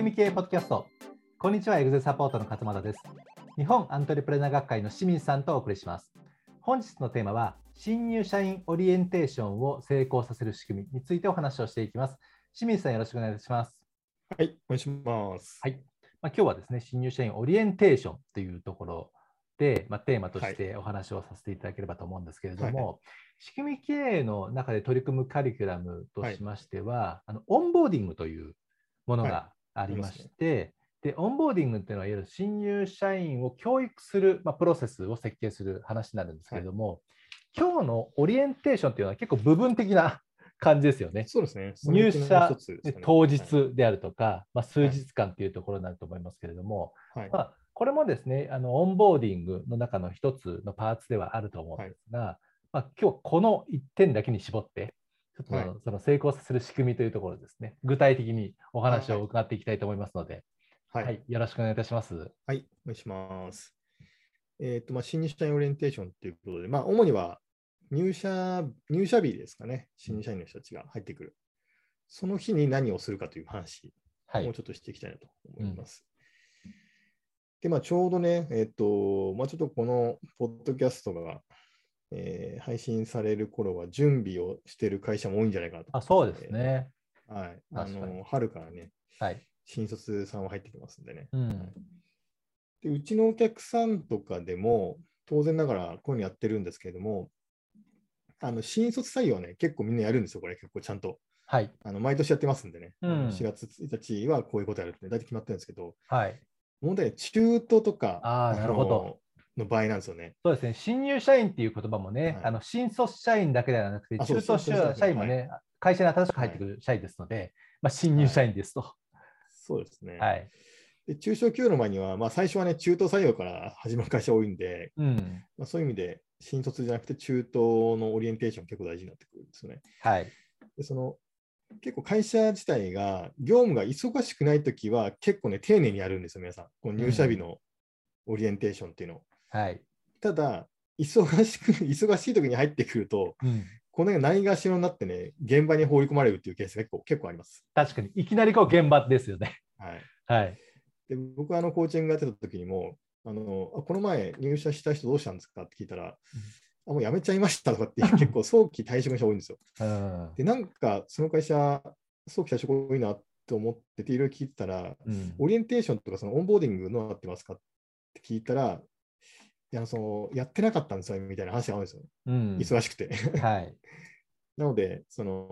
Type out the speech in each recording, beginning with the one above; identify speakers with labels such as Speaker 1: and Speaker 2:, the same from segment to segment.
Speaker 1: 組系ポッドキャスト。こんにちは、エグゼサポートの勝俣です。日本アントレプレナー学会の清水さんとお送りします。本日のテーマは、新入社員オリエンテーションを成功させる仕組みについてお話をしていきます。清水さん、よろしくお願いします。
Speaker 2: はい、お願いします。
Speaker 1: はい。今日はですね、新入社員オリエンテーションというところで、テーマとしてお話をさせていただければと思うんですけれども、仕組み経営の中で取り組むカリキュラムとしましては、オンボーディングというものがありまして、でオンボーディングっていうのは、いわゆる新入社員を教育する、プロセスを設計する話になるんですけれども、今日のオリエンテーションっていうのは結構部分的な感じですよね。
Speaker 2: そうですね。
Speaker 1: 入社当日であるとか、数日間というところになると思いますけれども、これもですね、オンボーディングの中の一つのパーツではあると思うんですが、今日この1点だけに絞って、ちょっとその成功させる仕組みというところですね、具体的にお話を伺っていきたいと思いますので、よろしくお願いいたします。
Speaker 2: はい、お願いします。新入社員オリエンテーションということで、主には入社日ですかね、新入社員の人たちが入ってくる。その日に何をするかという話をちょっとしていきたいなと思います。で、ちょうどね、ちょっとこのポッドキャストが、配信される頃は準備をしている会社も多いんじゃないかなと。
Speaker 1: そうですね。
Speaker 2: 春からね、新卒さんは入ってきますんでね。でうちのお客さんとかでも、当然ながらこういうのやってるんですけれども、新卒採用はね、結構みんなやるんですよ、これ、結構ちゃんと。毎年やってますんでね、4月1日はこういうことやるって大体決まってるんですけど、問題は中途とかの場合なんですよね。
Speaker 1: そうですね、新入社員っていう言葉もね、新卒社員だけではなくて、中途社員もね、会社に新しく入ってくる社員ですので、新入社員ですと。
Speaker 2: そうですね。で中小企業の前には、最初はね、中途採用から始まる会社多いんで、そういう意味で、新卒じゃなくて中途のオリエンテーション結構大事になってくるんですよね。で結構会社自体が業務が忙しくないときは結構ね、丁寧にやるんですよ、皆さん。この入社日のオリエンテーションっていうのを。ただ、忙しいときに入ってくると、この辺がないがしろになってね、現場に放り込まれるっていうケースが結構あります。
Speaker 1: 確かに、いきなり現場ですよね。
Speaker 2: で僕はコーチングやってた時にも、この前入社した人どうしたんですかって聞いたら、もう辞めちゃいましたとかって結構早期退職の人多いんですよ。で、なんかその会社、早期退職多いなと思ってて、いろいろ聞いてたら、オリエンテーションとかそのオンボーディングどうなってますかって聞いたら、やってなかったんですよみたいな話があるんですよ。忙しくて。なので、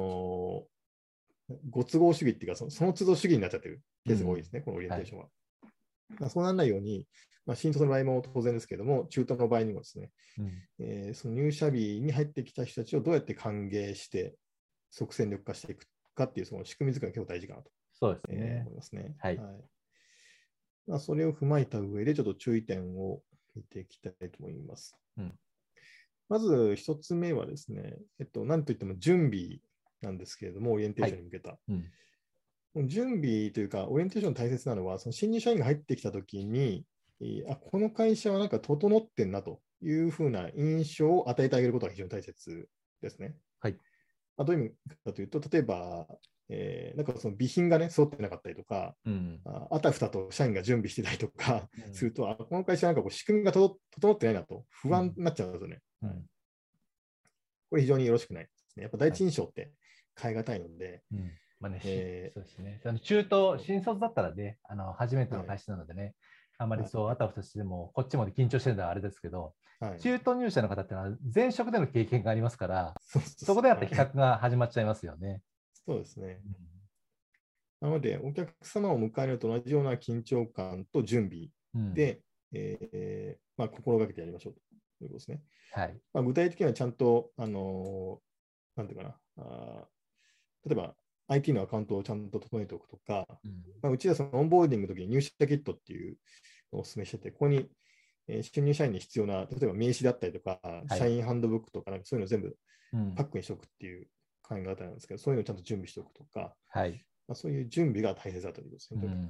Speaker 2: ご都合主義っていうか、その都度主義になっちゃってるケースが多いですね、このオリエンテーションは。そうならないように、新卒の場合も当然ですけれども、中途の場合にもですね、その入社日に入ってきた人たちをどうやって歓迎して、即戦力化していくかっていう、その仕組み作りが結構大事かなと思いますね。それを踏まえた上で、ちょっと注意点を見ていきたいと思います。まず一つ目はですね、なんといっても準備なんですけれども、オリエンテーションに向けた。準備というか、オリエンテーション大切なのは、その新入社員が入ってきたときに、この会社はなんか整ってんなというふうな印象を与えてあげることが非常に大切ですね。どういう意味かというと、例えば、なんかその備品がね、揃ってなかったりとか、あたふたと社員が準備してたりとかすると、この会社はなんか仕組みが整ってないなと不安になっちゃうんですよね。これ非常によろしくないですね。やっぱ第一印象って変え難いので。
Speaker 1: そうですね。中途、新卒だったらね、初めての会社なのでね、あまりあたふたしても、こっちまで緊張してるのはあれですけど、中途入社の方っていうのは前職での経験がありますから、そこでやっぱ比較が始まっちゃいますよね。
Speaker 2: そうですね。なので、お客様を迎えると同じような緊張感と準備で、心がけてやりましょうということですね。具体的にはちゃんと、なんていうかな、例えば IT のアカウントをちゃんと整えておくとか、うちはそのオンボーディングの時に入社キットっていうのをお勧めしてて、ここに、新入社員に必要な、例えば名刺だったりとか、社員ハンドブックとか、そういうのを全部パックにしておくっていう考え方なんですけど、そういうのをちゃんと準備しておくとか、そういう準備が大切だということですね。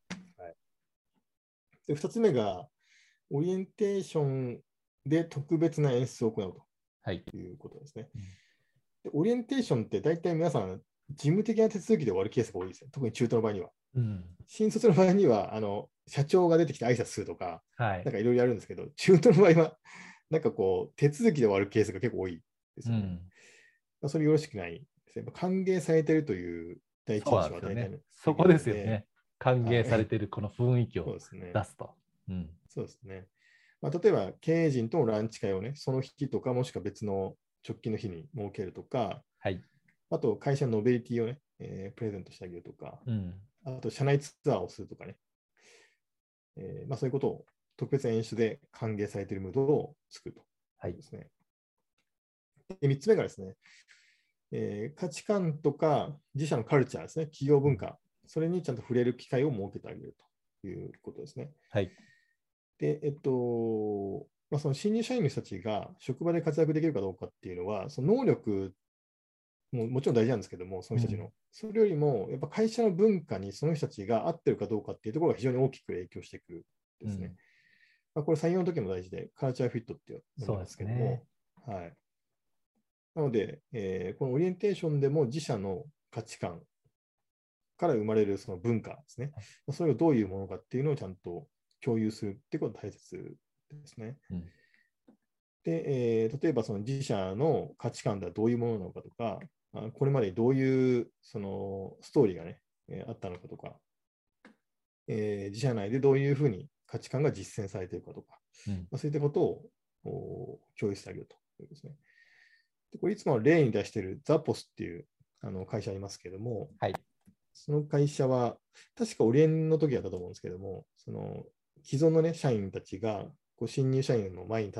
Speaker 2: で2つ目が、オリエンテーションで特別な演出を行うということですね。でオリエンテーションって大体皆さん、事務的な手続きで終わるケースが多いですね。特に中途の場合には。 新卒の場合には、社長が出てきて挨拶するとか、
Speaker 1: はい、
Speaker 2: なんかいろいろやるんですけど、中途の場合は、なんかこう、手続きで終わるケースが結構多いですよね。まあ、それよろしくないですね。歓迎されているという第一
Speaker 1: そう
Speaker 2: 印象は大体
Speaker 1: なんですよね。そこですよね。歓迎され
Speaker 2: はい、
Speaker 1: ているこの雰囲気を
Speaker 2: そうですね。
Speaker 1: 出すと。
Speaker 2: そうですね。まあ、例えば、経営陣とのランチ会をね、その日とか、もしくは別の直近の日に設けるとか、
Speaker 1: はい。
Speaker 2: あと、会社のノベリティをね、プレゼントしてあげるとか、あと、社内ツアーをするとかね、まあ、そういうことを特別演出で歓迎されているムードを作るということですね。で、3つ目がですね、価値観とか自社のカルチャーですね、企業文化、それにちゃんと触れる機会を設けてあげるということですね。
Speaker 1: はい。
Speaker 2: で、まあ、その新入社員の人たちが職場で活躍できるかどうかっていうのは、その能力ももちろん大事なんですけども、その人たちの。それよりも、やっぱ会社の文化にその人たちが合ってるかどうかっていうところが非常に大きく影響してくるんですね。まあ、これ採用の時も大事で、カルチャーフィットって呼んでますけども、はい。なので、このオリエンテーションでも自社の価値観から生まれるその文化ですね。それがどういうものかっていうのをちゃんと共有するっていうことが大切ですね。で、例えばその自社の価値観ではどういうものなのかとか、これまでどういうそのストーリーがね、あったのかとか、自社内でどういうふうに価値観が実践されているかとか、そういったことを共有してあげるということですね。でこれいつも例に出しているザポスっていう会社ありますけれども、
Speaker 1: はい、
Speaker 2: その会社は、確かオリエンの時だったと思うんですけども、その既存の、ね、社員たちがこう新入社員の前に立って、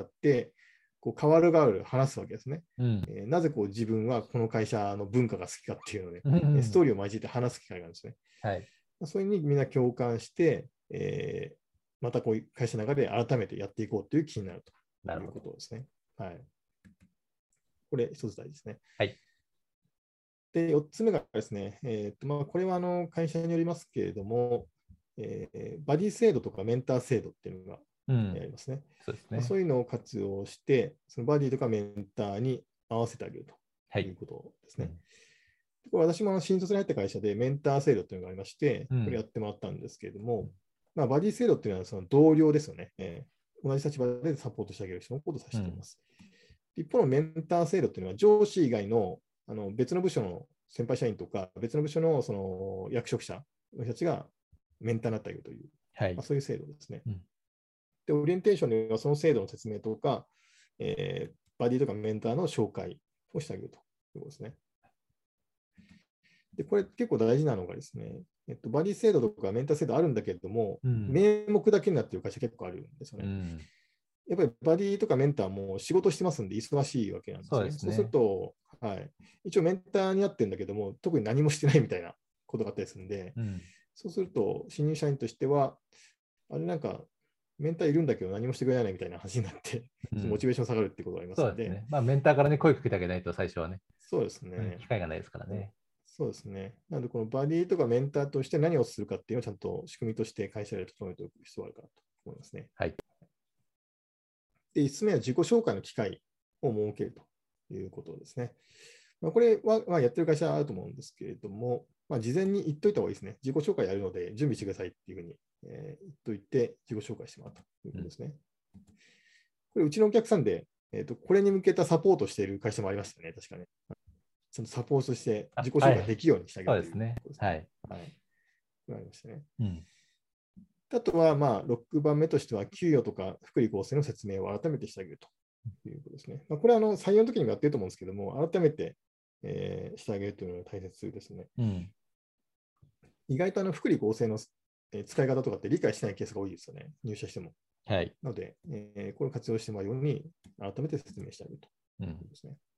Speaker 2: こう変わる変わる話すわけですね。なぜこう自分はこの会社の文化が好きかっていうのをね、ストーリーを交えて話す機会があるんですね。
Speaker 1: はい、
Speaker 2: それにみんな共感して、またこういう会社の中で改めてやっていこうという気になるということですね。はい。これ一つ大事ですね。
Speaker 1: はい。
Speaker 2: で、4つ目がですね、まあ、これは会社によりますけれども、バディ制度とかメンター制度っていうのがありますね。
Speaker 1: そうですね。
Speaker 2: まあ、そういうのを活用して、そのバディとかメンターに合わせてあげるということですね。これ私も新卒に入った会社でメンター制度っていうのがありまして、これやってもらったんですけれども、まあ、バディ制度っていうのはその同僚ですよね。同じ立場でサポートしてあげる人のことを指しています。一方のメンター制度っていうのは上司以外の別の部署の先輩社員とか、別の部署のその役職者の人たちがメンターになってあげるという、まあ、そういう制度ですね。で、オリエンテーションではその制度の説明とか、バディとかメンターの紹介をしてあげるということですね。で、これ結構大事なのがですね、バディ制度とかメンター制度あるんだけれども、名目だけになっている会社結構あるんですよね。やっぱりバディとかメンターも仕事してますんで忙しいわけなんですね。そうすると、はい、一応メンターになってるんだけども、特に何もしてないみたいなことがあったりするんで、そうすると、新入社員としては、あれなんか、メンターいるんだけど何もしてくれないみたいな話になって、モチベーション下がるってことがありますので。
Speaker 1: そうですね。まあ、メンターからね、声かけてあげないと最初はね。
Speaker 2: そうですね。
Speaker 1: 機会がないですからね。
Speaker 2: そうですね。なので、このバディとかメンターとして何をするかっていうのをちゃんと仕組みとして会社で整えておく必要があるかなと思いますね。
Speaker 1: はい。
Speaker 2: で、5つ目は自己紹介の機会を設けるということですね。まあ、これは、まあ、やってる会社はあると思うんですけれども、まあ、事前に言っといた方がいいですね。自己紹介やるので準備してくださいっていうふうに、言っといて自己紹介してもらうということですね。これ、うちのお客さんで、これに向けたサポートしている会社もありましたね、確かね。ちゃんとサポートして自己紹介できるようにしてあげるということですね。はい。はい。ありましたね。あとは、まあ、6番目としては、給与とか福利厚生の説明を改めてしてあげるということですね。まあ、これは採用の時にもやってると思うんですけども、改めて、してあげるというのが大切ですね。意外と福利厚生の使い方とかって理解してないケースが多いですよね、入社しても。
Speaker 1: はい。
Speaker 2: なので、これを活用してもらうように、改めて説明してあげるということですね。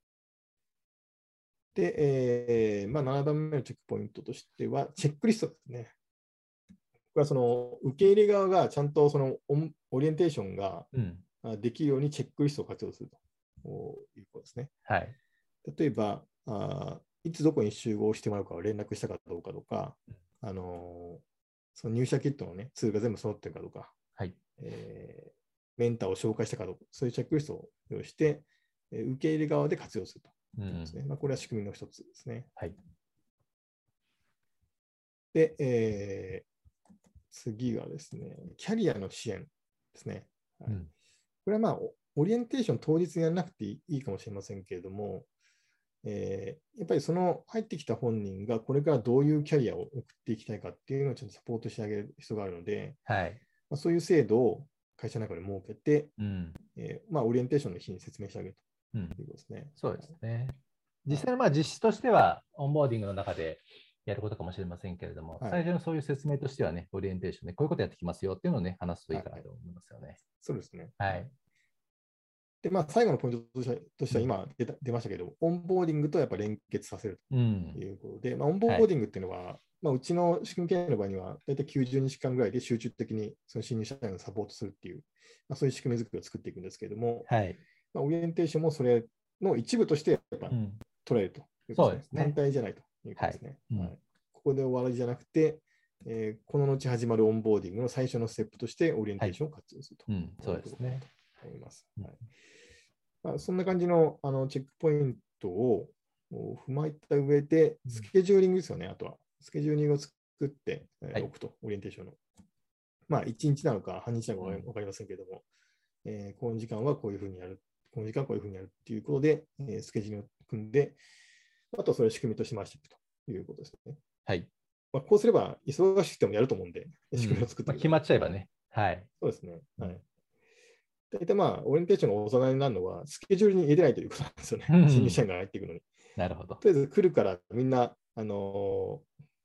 Speaker 2: で、まあ、7番目のチェックポイントとしては、チェックリストですね。これはその受け入れ側がちゃんとそのオリエンテーションができるようにチェックリストを活用するということですね。
Speaker 1: はい、
Speaker 2: 例えばいつどこに集合してもらうかを連絡したかどうかとか、その入社キットの、ね、ツールが全部揃ってるかどうか、
Speaker 1: はい、
Speaker 2: メンターを紹介したかどうか、そういうチェックリストを用意して、受け入れ側で活用するということですね。まあ、これは仕組みの一つですね。
Speaker 1: はい
Speaker 2: で、次がですね、キャリアの支援ですね。はい、これはまあ、オリエンテーション当日にやらなくていいかもしれませんけれども、やっぱりその入ってきた本人がこれからどういうキャリアを送っていきたいかっていうのをちゃんとサポートしてあげる必要があるので、
Speaker 1: はい
Speaker 2: まあ、そういう制度を会社の中で設けて、まあ、オリエンテーションの日に説明してあげるということですね。
Speaker 1: そうですね。実際の実施としては、オンボーディングの中でやることかもしれませんけれども、最初のそういう説明としてはね、オリエンテーションでこういうことやってきますよっていうのをね、話すといいかなと思いますよね。
Speaker 2: そうですね。
Speaker 1: はい。
Speaker 2: で、まあ、最後のポイントとしては今出ましたけど、オンボーディングとやっぱ連結させるということで、まあ、オンボーディングっていうのは、まあ、うちの仕組み経営の場合には、大体90日間ぐらいで集中的にその新入社員をサポートするっていう、まあ、そういう仕組み作りを作っていくんですけれども、まあ、オリエンテーションもそれの一部としてやっぱ捉えるということですね。単体じゃないということですね。ここで終わりじゃなくて、この後始まるオンボーディングの最初のステップとしてオリエンテーションを活用すると、
Speaker 1: そうですね。
Speaker 2: 思います。まあ、そんな感じのチェックポイントを踏まえた上で、スケジューリングですよね、あとは。スケジューリングを作っておくと、オリエンテーションの。まあ、1日なのか半日なのか分かりませんけれども、この時間はこういうふうにやる、この時間はこういうふうにやるっていうことで、スケジュールを組んで、あとはそれを仕組みとして回していくということですね。
Speaker 1: はい。
Speaker 2: まあ、こうすれば、忙しくてもやると思うんで、仕組みを作って
Speaker 1: 決まっちゃえばね。はい。
Speaker 2: そうですね。はい。大体まあ、オリエンテーションがおざなりになるのは、スケジュールに入れてないということなんですよね。新入社員が入っていくのに。
Speaker 1: なるほど。
Speaker 2: とりあえず来るからみんな、挨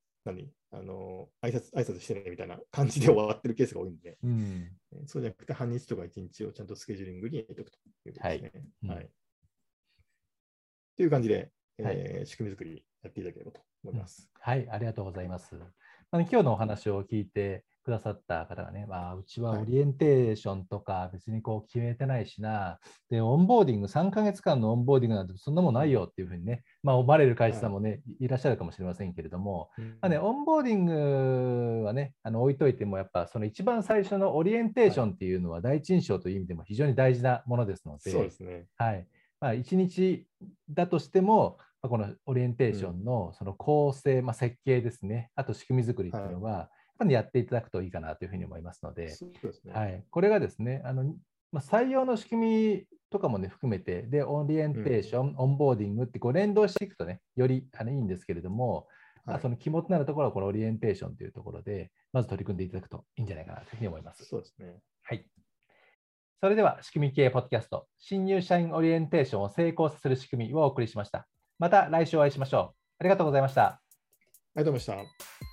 Speaker 2: 拶してねみたいな感じで終わってるケースが多いんで、そうじゃなくて半日とか1日をちゃんとスケジューリングに入れておくということですね。はい。という感じで、仕組み作りやっていただければと思います。
Speaker 1: はい、ありがとうございます。今日のお話を聞いてくださった方がね、うちはオリエンテーションとか別にこう決めてないしな、で、オンボーディング、3ヶ月間のオンボーディングなんてそんなもんないよっていうふうにね、思われる会社さんもね、いらっしゃるかもしれませんけれども、オンボーディングはね、置いといても、やっぱその一番最初のオリエンテーションっていうのは第一印象という意味でも非常に大事なものですので、
Speaker 2: そうですね。
Speaker 1: はい。1日だとしても、このオリエンテーションのその構成、設計ですね、あと仕組み作りっていうのは、やっぱりやっていただくといいかなというふうに思いますので、これがですね、採用の仕組みとかもね、含めて、で、オリエンテーション、オンボーディングってこう連動していくとね、よりいいんですけれども、その肝となるところはこのオリエンテーションというところで、まず取り組んでいただくといいんじゃないかなというふうに思います。
Speaker 2: そうですね。
Speaker 1: はい。それでは、仕組み系ポッドキャスト、新入社員オリエンテーションを成功させる仕組みをお送りしました。また来週お会いしましょう。ありがとうございました。
Speaker 2: ありがとうございました。